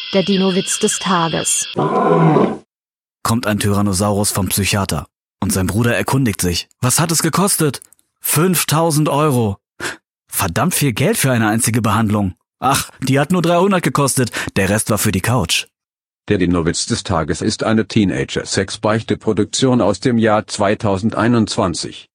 Der Dino-Witz des Tages. Kommt ein Tyrannosaurus vom Psychiater und sein Bruder erkundigt sich. Was hat es gekostet? 5.000 Euro. Verdammt viel Geld für eine einzige Behandlung. Ach, die hat nur 300 gekostet, der Rest war für die Couch. Der Dino-Witz des Tages ist eine Teenager-Sex-Beichte-Produktion aus dem Jahr 2021.